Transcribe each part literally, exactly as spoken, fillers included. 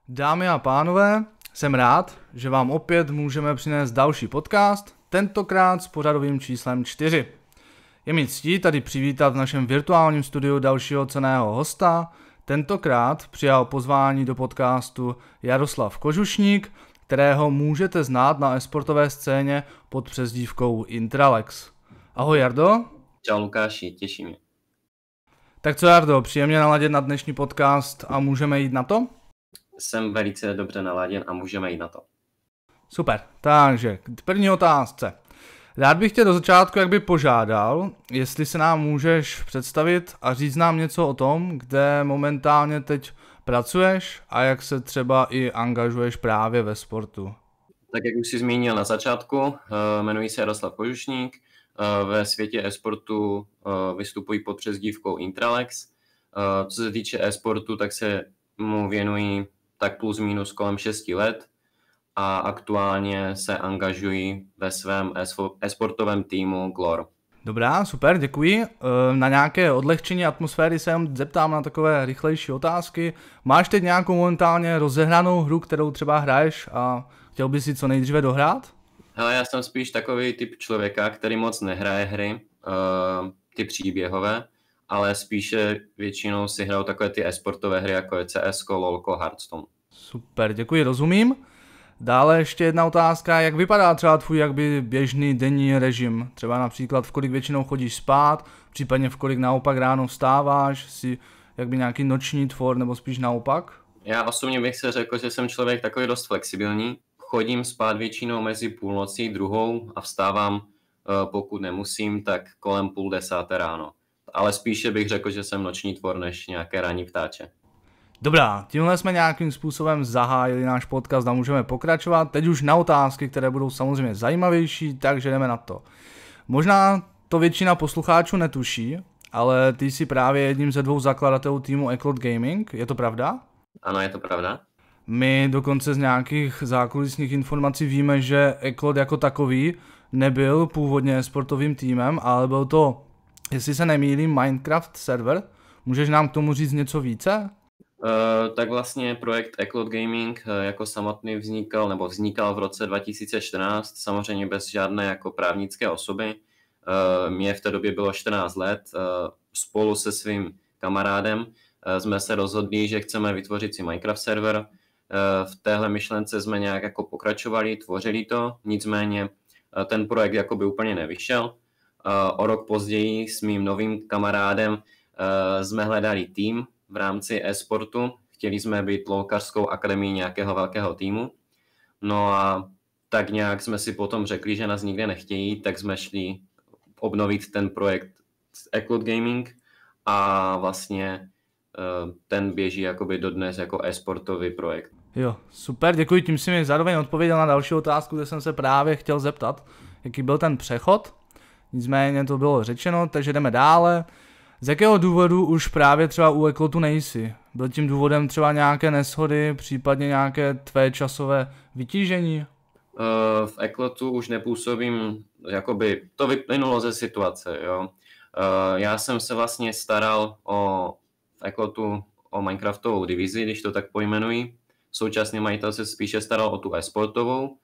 Dámy a pánové, jsem rád, že vám opět můžeme přinést další podcast, tentokrát s pořadovým číslem čtyři. Je mi ctí tady přivítat v našem virtuálním studiu dalšího cenného hosta. Tentokrát přijal pozvání do podcastu Jaroslav Kožušník, kterého můžete znát na esportové scéně pod přezdívkou Intralex. Ahoj Jardo. Čau Lukáši, těší mě. Tak co Jardo, příjemně naladěn na dnešní podcast a můžeme jít na to? Jsem velice dobře naladěn a můžeme jít na to. Super, takže k první otázce. Rád bych tě do začátku jakby požádal, jestli se nám můžeš představit a říct nám něco o tom, kde momentálně teď pracuješ a jak se třeba i angažuješ právě ve sportu. Tak jak už jsi zmínil na začátku, jmenuji se Jaroslav Kožušník, ve světě e-sportu vystupuji pod přezdívkou Intralex. Co se týče e-sportu, tak se mu věnuji tak plus minus kolem šesti let a aktuálně se angažuji ve svém e-sportovém týmu Glor. Dobrá, super, děkuji. Na nějaké odlehčení atmosféry se jen zeptám na takové rychlejší otázky. Máš teď nějakou momentálně rozehranou hru, kterou třeba hraješ a chtěl bys si co nejdříve dohrát? Hele, já jsem spíš takový typ člověka, který moc nehraje hry, uh, ty příběhové, ale spíše většinou si hrajou takové ty e-sportové hry, jako je C S ko, LOLko, Hearthstone. Super, děkuji, rozumím. Dále ještě jedna otázka, jak vypadá třeba tvůj jakby běžný denní režim? Třeba například v kolik většinou chodíš spát, případně v kolik naopak ráno vstáváš, jsi jakby nějaký noční tvor nebo spíš naopak? Já osobně bych se řekl, že jsem člověk takový dost flexibilní. Chodím spát většinou mezi půlnocí druhou a vstávám, pokud nemusím, tak kolem půl desáté ráno. Ale spíše bych řekl, že jsem noční tvor než nějaké ranní ptáče. Dobrá, tímhle jsme nějakým způsobem zahájili náš podcast a můžeme pokračovat. Teď už na otázky, které budou samozřejmě zajímavější, takže jdeme na to. Možná to většina posluchačů netuší, ale ty jsi právě jedním ze dvou zakladatelů týmu eCloud Gaming, je to pravda? Ano, je to pravda. My dokonce z nějakých zákulisních informací víme, že eCloud jako takový nebyl původně sportovým týmem, ale byl to, jestli se nemýlím, Minecraft server. Můžeš nám k tomu říct něco více? Uh, tak vlastně projekt eCloud Gaming uh, jako samotný vznikal, nebo vznikal v roce dva tisíce čtrnáct, samozřejmě bez žádné jako právnické osoby. Uh, Mně v té době bylo čtrnáct let. Uh, spolu se svým kamarádem uh, jsme se rozhodli, že chceme vytvořit si Minecraft server. Uh, v téhle myšlence jsme nějak jako pokračovali, tvořili to, nicméně uh, ten projekt jakoby úplně nevyšel. Uh, o rok později s mým novým kamarádem uh, jsme hledali tým v rámci e-sportu. Chtěli jsme být lolkařskou akademií nějakého velkého týmu. No a tak nějak jsme si potom řekli, že nás nikde nechtějí, tak jsme šli obnovit ten projekt eCloud Gaming a vlastně ten běží jakoby dodnes jako e-sportový projekt. Jo, super, děkuji, tím si mi zároveň odpověděl na další otázku, kde jsem se právě chtěl zeptat, jaký byl ten přechod. Nicméně to bylo řečeno, takže jdeme dále. Z jakého důvodu už právě třeba u eCloudu nejsi? Byl tím důvodem třeba nějaké neshody, případně nějaké tvé časové vytížení? Uh, v eCloudu už nepůsobím, jakoby to vyplynulo ze situace, jo. Uh, já jsem se vlastně staral o v eCloudu o Minecraftovou divizi, když to tak pojmenuji. Současně majitel se spíše staral o tu e-sportovou.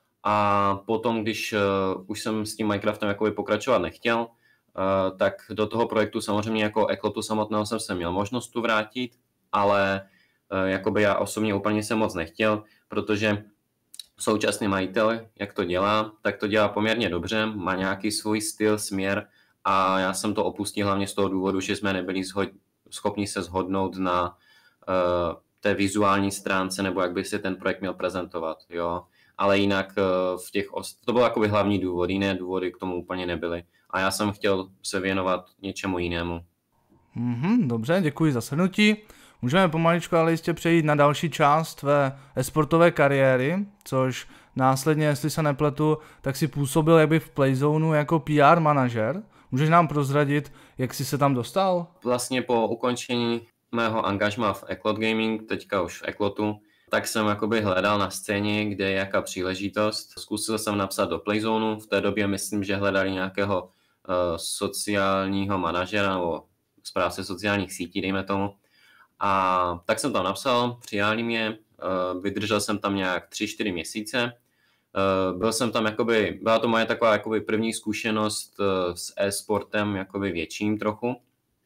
A potom, když uh, už jsem s tím Minecraftem jakoby pokračovat nechtěl, uh, tak do toho projektu samozřejmě jako eCloudu samotného jsem se měl možnost tu vrátit, ale uh, jakoby já osobně úplně jsem moc nechtěl, protože současný majitel, jak to dělá, tak to dělá poměrně dobře, má nějaký svůj styl, směr a já jsem to opustil hlavně z toho důvodu, že jsme nebyli zhod- schopni se shodnout na uh, té vizuální stránce, nebo jak by se ten projekt měl prezentovat, jo. Ale jinak v těch ost- to byl jakoby hlavní důvod, jiné důvody k tomu úplně nebyly. A já jsem chtěl se věnovat něčemu jinému. Mhm, dobře, děkuji za shrnutí. Můžeme pomaličku ale jistě přejít na další část tvé e-sportové kariéry, což následně, jestli se nepletu, tak si působil jakby v Playzonu jako P R manažer. Můžeš nám prozradit, jak jsi se tam dostal? Vlastně po ukončení mého angažma v eCloud Gaming, teďka už v eCloudu, tak jsem jakoby hledal na scéně, kde je jaká příležitost. Zkusil jsem napsat do Playzonu, v té době myslím, že hledali nějakého uh, sociálního manažera nebo správce sociálních sítí, dejme tomu. A tak jsem tam napsal, přijali mě, vydržel jsem tam nějak tři čtyři měsíce. Byl jsem tam, jakoby, byla to moje taková jakoby první zkušenost s e-sportem jakoby větším trochu,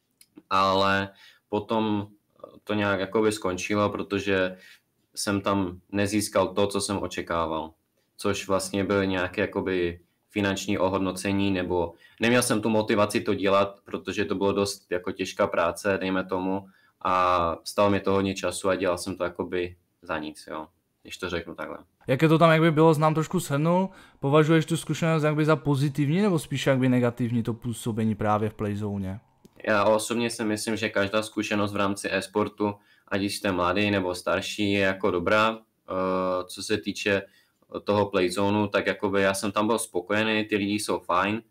ale potom to nějak jakoby skončilo, protože jsem tam nezískal to, co jsem očekával, což vlastně byly nějaké jakoby finanční ohodnocení, nebo neměl jsem tu motivaci to dělat, protože to bylo dost jako těžká práce, dejme tomu, a stalo mi to hodně času a dělal jsem to jakoby za nic, jo, když to řeknu takhle. Jaké to tam jakby bylo, znám trošku shrnul, považuješ tu zkušenost jakby za pozitivní nebo spíš jakby negativní to působení právě v Playzone? Já osobně si myslím, že každá zkušenost v rámci e-sportu, ať jste mladý nebo starší, je jako dobrá. Co se týče toho Playzonu, tak jakoby já jsem tam byl spokojený, ty lidi jsou fajn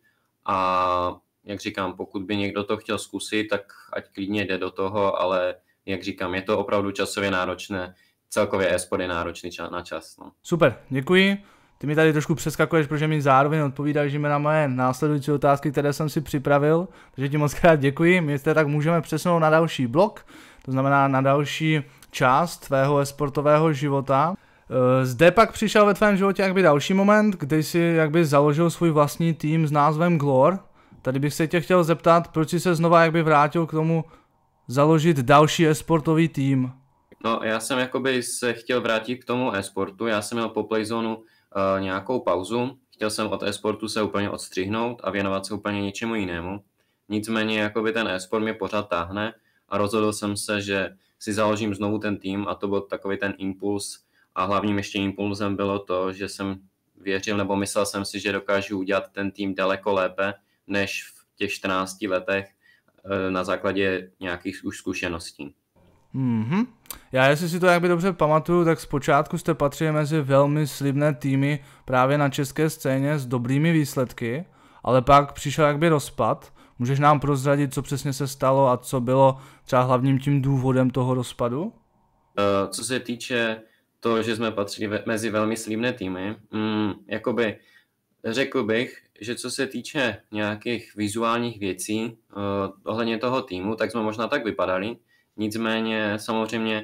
a jak říkám, pokud by někdo to chtěl zkusit, tak ať klidně jde do toho, ale jak říkám, je to opravdu časově náročné, celkově e-sport je náročný na čas. No. Super, děkuji. Ty mi tady trošku přeskakuješ, protože mi zároveň odpovídáš na moje následující otázky, které jsem si připravil, takže ti moc krát děkuji. My se tak můžeme přesunout na další blok, to znamená na další část tvého e-sportového života. Zde pak přišel ve tvém životě jakby další moment, kdy jsi jakby založil svůj vlastní tým s názvem Glor. Tady bych se tě chtěl zeptat, proč jsi se znova jakby vrátil k tomu založit další e-sportový tým. No, já jsem jakoby se chtěl vrátit k tomu e-sportu, já jsem měl po Playzonu uh, nějakou pauzu, chtěl jsem od e-sportu se úplně odstřihnout a věnovat se úplně něčemu jinému. Nicméně jakoby ten e-sport mě pořád táhne a rozhodl jsem se, že si založím znovu ten tým a to byl takový ten impuls a hlavním ještě impulzem bylo to, že jsem věřil nebo myslel jsem si, že dokážu udělat ten tým daleko lépe než v těch čtrnácti letech uh, na základě nějakých už zkušeností. Mm-hmm. Já jestli si to jakby dobře pamatuju, tak zpočátku jste patřili mezi velmi slibné týmy právě na české scéně s dobrými výsledky, ale pak přišel jakby rozpad. Můžeš nám prozradit, co přesně se stalo a co bylo třeba hlavním tím důvodem toho rozpadu? Co se týče toho, že jsme patřili mezi velmi slibné týmy, mm, jakoby řekl bych, že co se týče nějakých vizuálních věcí uh, ohledně toho týmu, tak jsme možná tak vypadali. Nicméně samozřejmě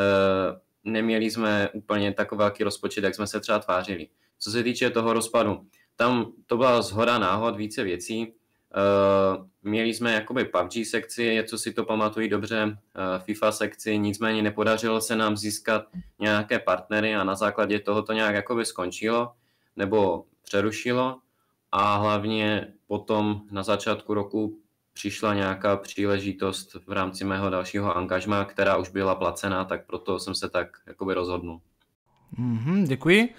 neměli jsme úplně takový velký rozpočet, jak jsme se třeba tvářili. Co se týče toho rozpadu, tam to byla zhoda náhod více věcí. Měli jsme jakoby P U B G sekci, co si to pamatují dobře, FIFA sekci, nicméně nepodařilo se nám získat nějaké partnery a na základě toho to nějak jakoby skončilo nebo přerušilo a hlavně potom na začátku roku přišla nějaká příležitost v rámci mého dalšího angažmá, která už byla placená, tak proto jsem se tak jakoby rozhodnul. Mm-hmm, děkuji.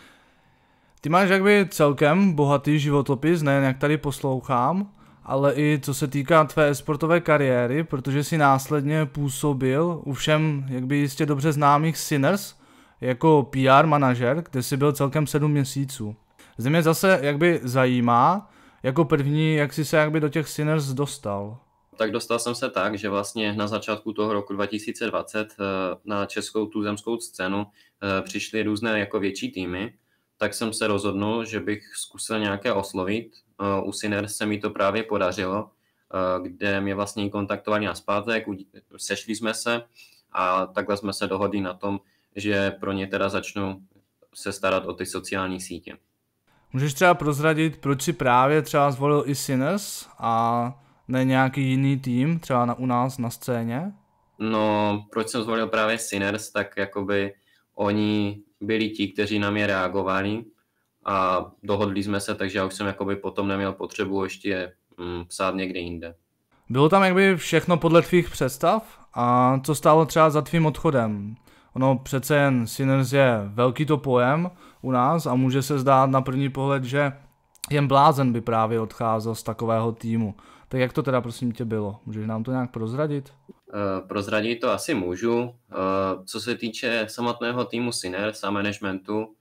Ty máš jakby celkem bohatý životopis, nejen jak tady poslouchám, ale i co se týká tvé sportové kariéry, protože si následně působil u všem jakby jistě dobře známých Sinners jako P R manažer, kde jsi byl celkem sedm měsíců. Zde mě zase jakby zajímá, jako první, jak jsi se jakby do těch Sinners dostal? Tak dostal jsem se tak, že vlastně na začátku toho roku dva tisíce dvacet na českou tuzemskou scénu přišly různé jako větší týmy, tak jsem se rozhodnul, že bych zkusil nějaké oslovit. U Sinners se mi to právě podařilo, kde mě vlastně kontaktovali na zpátek, sešli jsme se a takhle jsme se dohodli na tom, že pro ně teda začnu se starat o ty sociální sítě. Můžeš třeba prozradit, proč si právě třeba zvolil i Sinners a ne nějaký jiný tým, třeba na, u nás na scéně? No, proč jsem zvolil právě Sinners, tak jakoby oni byli ti, kteří na mě reagovali a dohodli jsme se, takže já už jsem jakoby potom neměl potřebu ještě mm, psát někde jinde. Bylo tam jakby všechno podle tvých představ a co stálo třeba za tvým odchodem? Ono přece jen Sinners je velký to pojem u nás a může se zdát na první pohled, že jen blázen by právě odcházel z takového týmu. Tak jak to teda prosím tě bylo? Můžeš nám to nějak prozradit? Uh, prozradit to asi můžu. Uh, co se týče samotného týmu Sinners a managementu uh,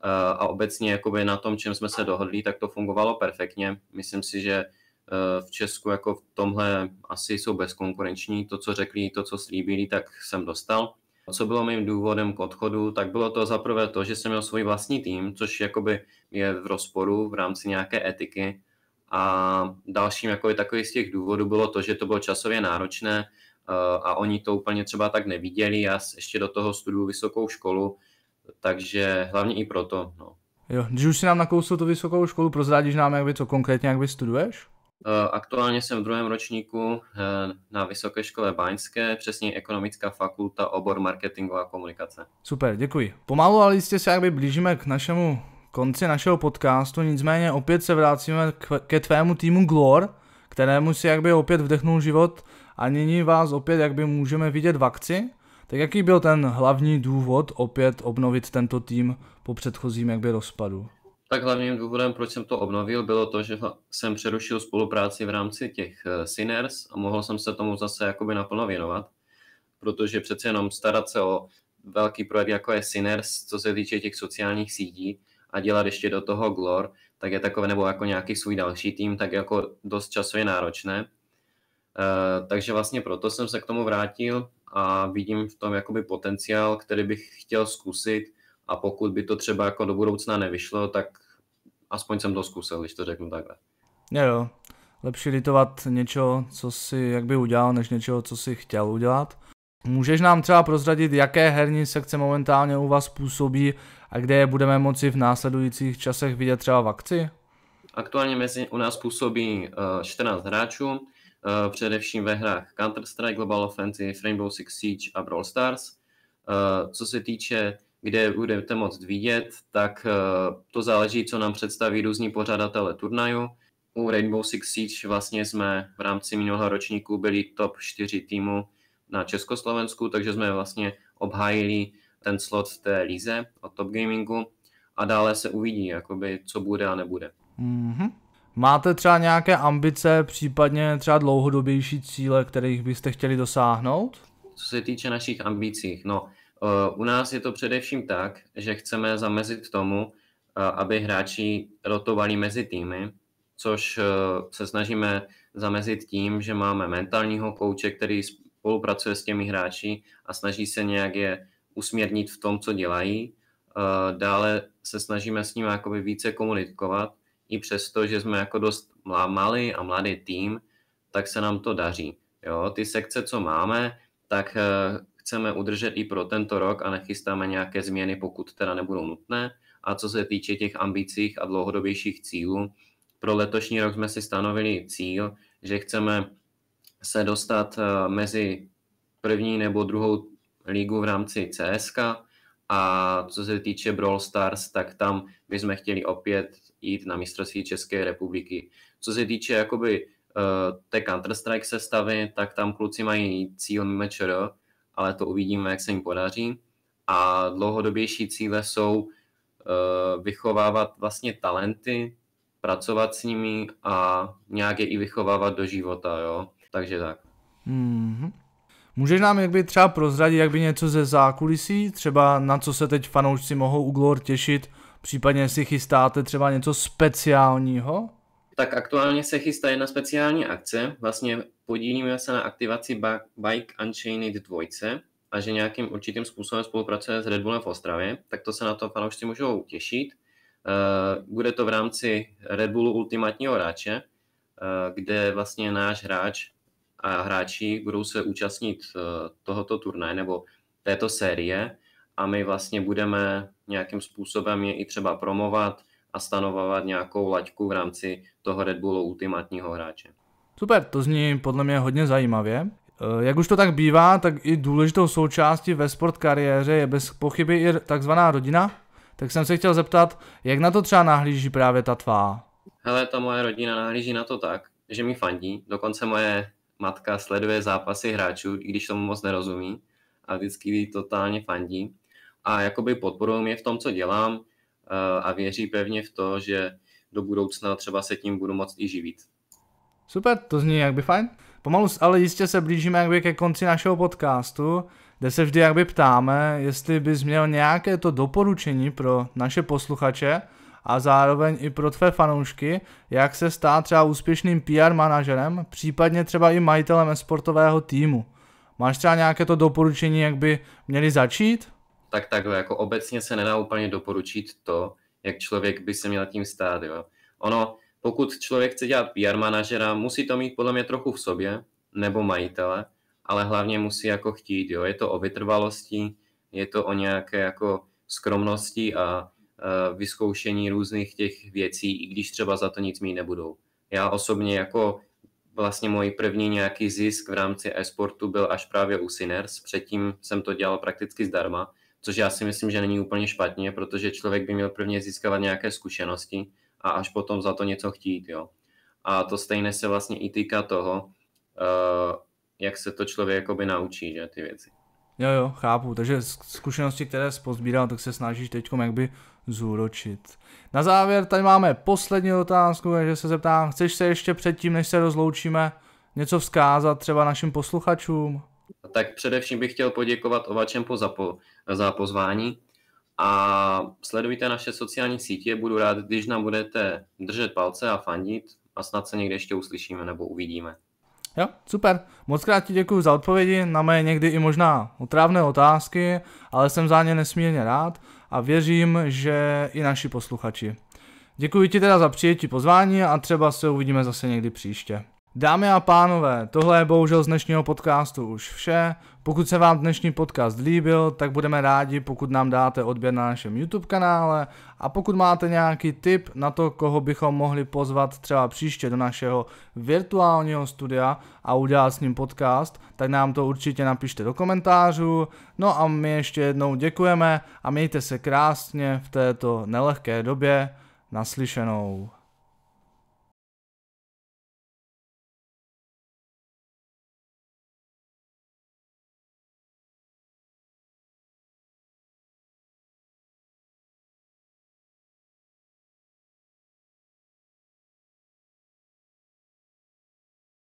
a obecně jakoby na tom, čem jsme se dohodli, tak to fungovalo perfektně. Myslím si, že uh, v Česku jako v tomhle asi jsou bezkonkurenční. To, co řekli, to, co slíbili, tak jsem dostal. Co bylo mým důvodem k odchodu, tak bylo to zaprvé to, že jsem měl svůj vlastní tým, což jakoby je v rozporu v rámci nějaké etiky. A dalším jakoby takový z těch důvodů bylo to, že to bylo časově náročné a oni to úplně třeba tak neviděli. Já ještě do toho studuju vysokou školu, takže hlavně i proto. No. Jo, když už si nám nakousl tu vysokou školu, prozrádíš nám, jak by, co konkrétně jak by studuješ? Aktuálně jsem v druhém ročníku na Vysoké škole báňské, přesně ekonomická fakulta, obor marketingová komunikace. Super, děkuji. Pomalu, ale jistě se jakby blížíme k našemu konci našeho podcastu, nicméně opět se vracíme ke tvému týmu Glor, kterému si jakby opět vdechnul život a nyní vás opět jakby můžeme vidět v akci. Tak jaký byl ten hlavní důvod opět obnovit tento tým po předchozím jakby rozpadu? Tak hlavním důvodem, proč jsem to obnovil, bylo to, že jsem přerušil spolupráci v rámci těch Sinners a mohl jsem se tomu zase jakoby naplno věnovat, protože přece jenom starat se o velký projekt, jako je Sinners, co se týče těch sociálních sítí a dělat ještě do toho Glor, tak je takové, nebo jako nějaký svůj další tým, tak jako dost časově náročné. E, takže vlastně proto jsem se k tomu vrátil a vidím v tom jakoby potenciál, který bych chtěl zkusit. A pokud by to třeba jako do budoucna nevyšlo, tak aspoň jsem to zkusil, když to řeknu takhle. Jo, jo. Lepší litovat něčeho, co si jakby udělal, než něčeho, co si chtěl udělat. Můžeš nám třeba prozradit, jaké herní sekce momentálně u vás působí a kde je budeme moci v následujících časech vidět třeba v akci? Aktuálně mezi u nás působí čtrnáct hráčů, především ve hrách Counter-Strike, Global Offensive, Rainbow Six Siege a Brawl Stars. Co se týče kde budete moct vidět, tak to záleží, co nám představí různí pořadatele turnaju. U Rainbow Six Siege vlastně jsme v rámci minulého ročníku byli top čtyři týmu na Československu, takže jsme vlastně obhájili ten slot v té lize od Top Gamingu a dále se uvidí, jakoby, co bude a nebude. Mm-hmm. Máte třeba nějaké ambice, případně třeba dlouhodobější cíle, kterých byste chtěli dosáhnout? Co se týče našich ambicí, no u nás je to především tak, že chceme zamezit tomu, aby hráči rotovali mezi týmy, což se snažíme zamezit tím, že máme mentálního kouče, který spolupracuje s těmi hráči a snaží se nějak je usměrnit v tom, co dělají. Dále se snažíme s nimi jakoby více komunikovat, i přesto, že jsme jako dost malý a mladý tým, tak se nám to daří. Jo, ty sekce, co máme, tak chceme udržet i pro tento rok a nechystáme nějaké změny, pokud teda nebudou nutné. A co se týče těch ambicích a dlouhodobějších cílů, pro letošní rok jsme si stanovili cíl, že chceme se dostat mezi první nebo druhou ligu v rámci C S K a co se týče Brawl Stars, tak tam bychom chtěli opět jít na mistrovství České republiky. Co se týče jakoby té Counter-Strike sestavy, tak tam kluci mají cíl M Č R, ale to uvidíme, jak se jim podaří. A dlouhodobější cíle jsou uh, vychovávat vlastně talenty, pracovat s nimi a nějak je i vychovávat do života, jo. Takže tak. Mm-hmm. Můžeš nám jak by třeba prozradit, jak by něco ze zákulisí, třeba na co se teď fanoušci mohou u Glor těšit, případně si chystáte třeba něco speciálního? Tak aktuálně se chystá jedna speciální akce, vlastně podílíme se na aktivaci Bike Unchained dva a že nějakým určitým způsobem spolupracuje s Red Bullem v Ostravě, tak to se na to fanoušci můžou těšit. Bude to v rámci Red Bullu ultimátního hráče, kde vlastně náš hráč a hráči budou se účastnit tohoto turnaje nebo této série a my vlastně budeme nějakým způsobem je i třeba promovat a stanovovat nějakou laťku v rámci toho Red Bullu ultimátního hráče. Super, to zní podle mě hodně zajímavě. Jak už to tak bývá, tak i důležitou součástí ve sport kariéře je bez pochyby i takzvaná rodina. Tak jsem se chtěl zeptat, jak na to třeba nahlíží právě ta tvá? Hele, ta moje rodina nahlíží na to tak, že mi fandí. Dokonce moje matka sleduje zápasy hráčů, i když tomu moc nerozumí a vždycky totálně fandí. A jakoby podporují mě v tom, co dělám a věří pevně v to, že do budoucna třeba se tím budu moct i živit. Super, to zní jakby fajn. Pomalu, ale jistě se blížíme jakby ke konci našeho podcastu, kde se vždy jakby ptáme, jestli bys měl nějaké to doporučení pro naše posluchače a zároveň i pro tvé fanoušky, jak se stát třeba úspěšným P R manažerem, případně třeba i majitelem esportového týmu. Máš třeba nějaké to doporučení, jak by měli začít? Tak takhle, jako obecně se nedá úplně doporučit to, jak člověk by se měl tím stát, jo. Ono, pokud člověk chce dělat P R manažera, musí to mít podle mě trochu v sobě, nebo majitele, ale hlavně musí jako chtít, jo. Je to o vytrvalosti, je to o nějaké jako skromnosti a uh, vyzkoušení různých těch věcí, i když třeba za to nic mít nebudou. Já osobně jako vlastně můj první nějaký zisk v rámci e-sportu byl až právě u Sinners, předtím jsem to dělal prakticky zdarma, což já si myslím, že není úplně špatně, protože člověk by měl prvně získávat nějaké zkušenosti a až potom za to něco chtít, jo. A to stejné se vlastně i týká toho, uh, jak se to člověk jakoby naučí, že, ty věci. Jo, jo, chápu, takže zkušenosti, které jsi pozbíral, tak se snažíš teďkom jakby zúročit. Na závěr tady máme poslední otázku, takže se zeptám, chceš se ještě předtím, než se rozloučíme, něco vzkázat třeba našim posluchačům? Tak především bych chtěl poděkovat Ovačempo za, po, za pozvání a sledujte naše sociální sítě, budu rád, když nám budete držet palce a fandit a snad se někde ještě uslyšíme nebo uvidíme. Jo, super. Moc krát ti děkuji za odpovědi na mé někdy i možná otrávné otázky, ale jsem za ně nesmírně rád a věřím, že i naši posluchači. Děkuji ti teda za přijetí pozvání a třeba se uvidíme zase někdy příště. Dámy a pánové, tohle je bohužel z dnešního podcastu už vše. Pokud se vám dnešní podcast líbil, tak budeme rádi, pokud nám dáte odběr na našem YouTube kanále a pokud máte nějaký tip na to, koho bychom mohli pozvat třeba příště do našeho virtuálního studia a udělat s ním podcast, tak nám to určitě napište do komentářů. No a my ještě jednou děkujeme a mějte se krásně v této nelehké době. Naslyšenou.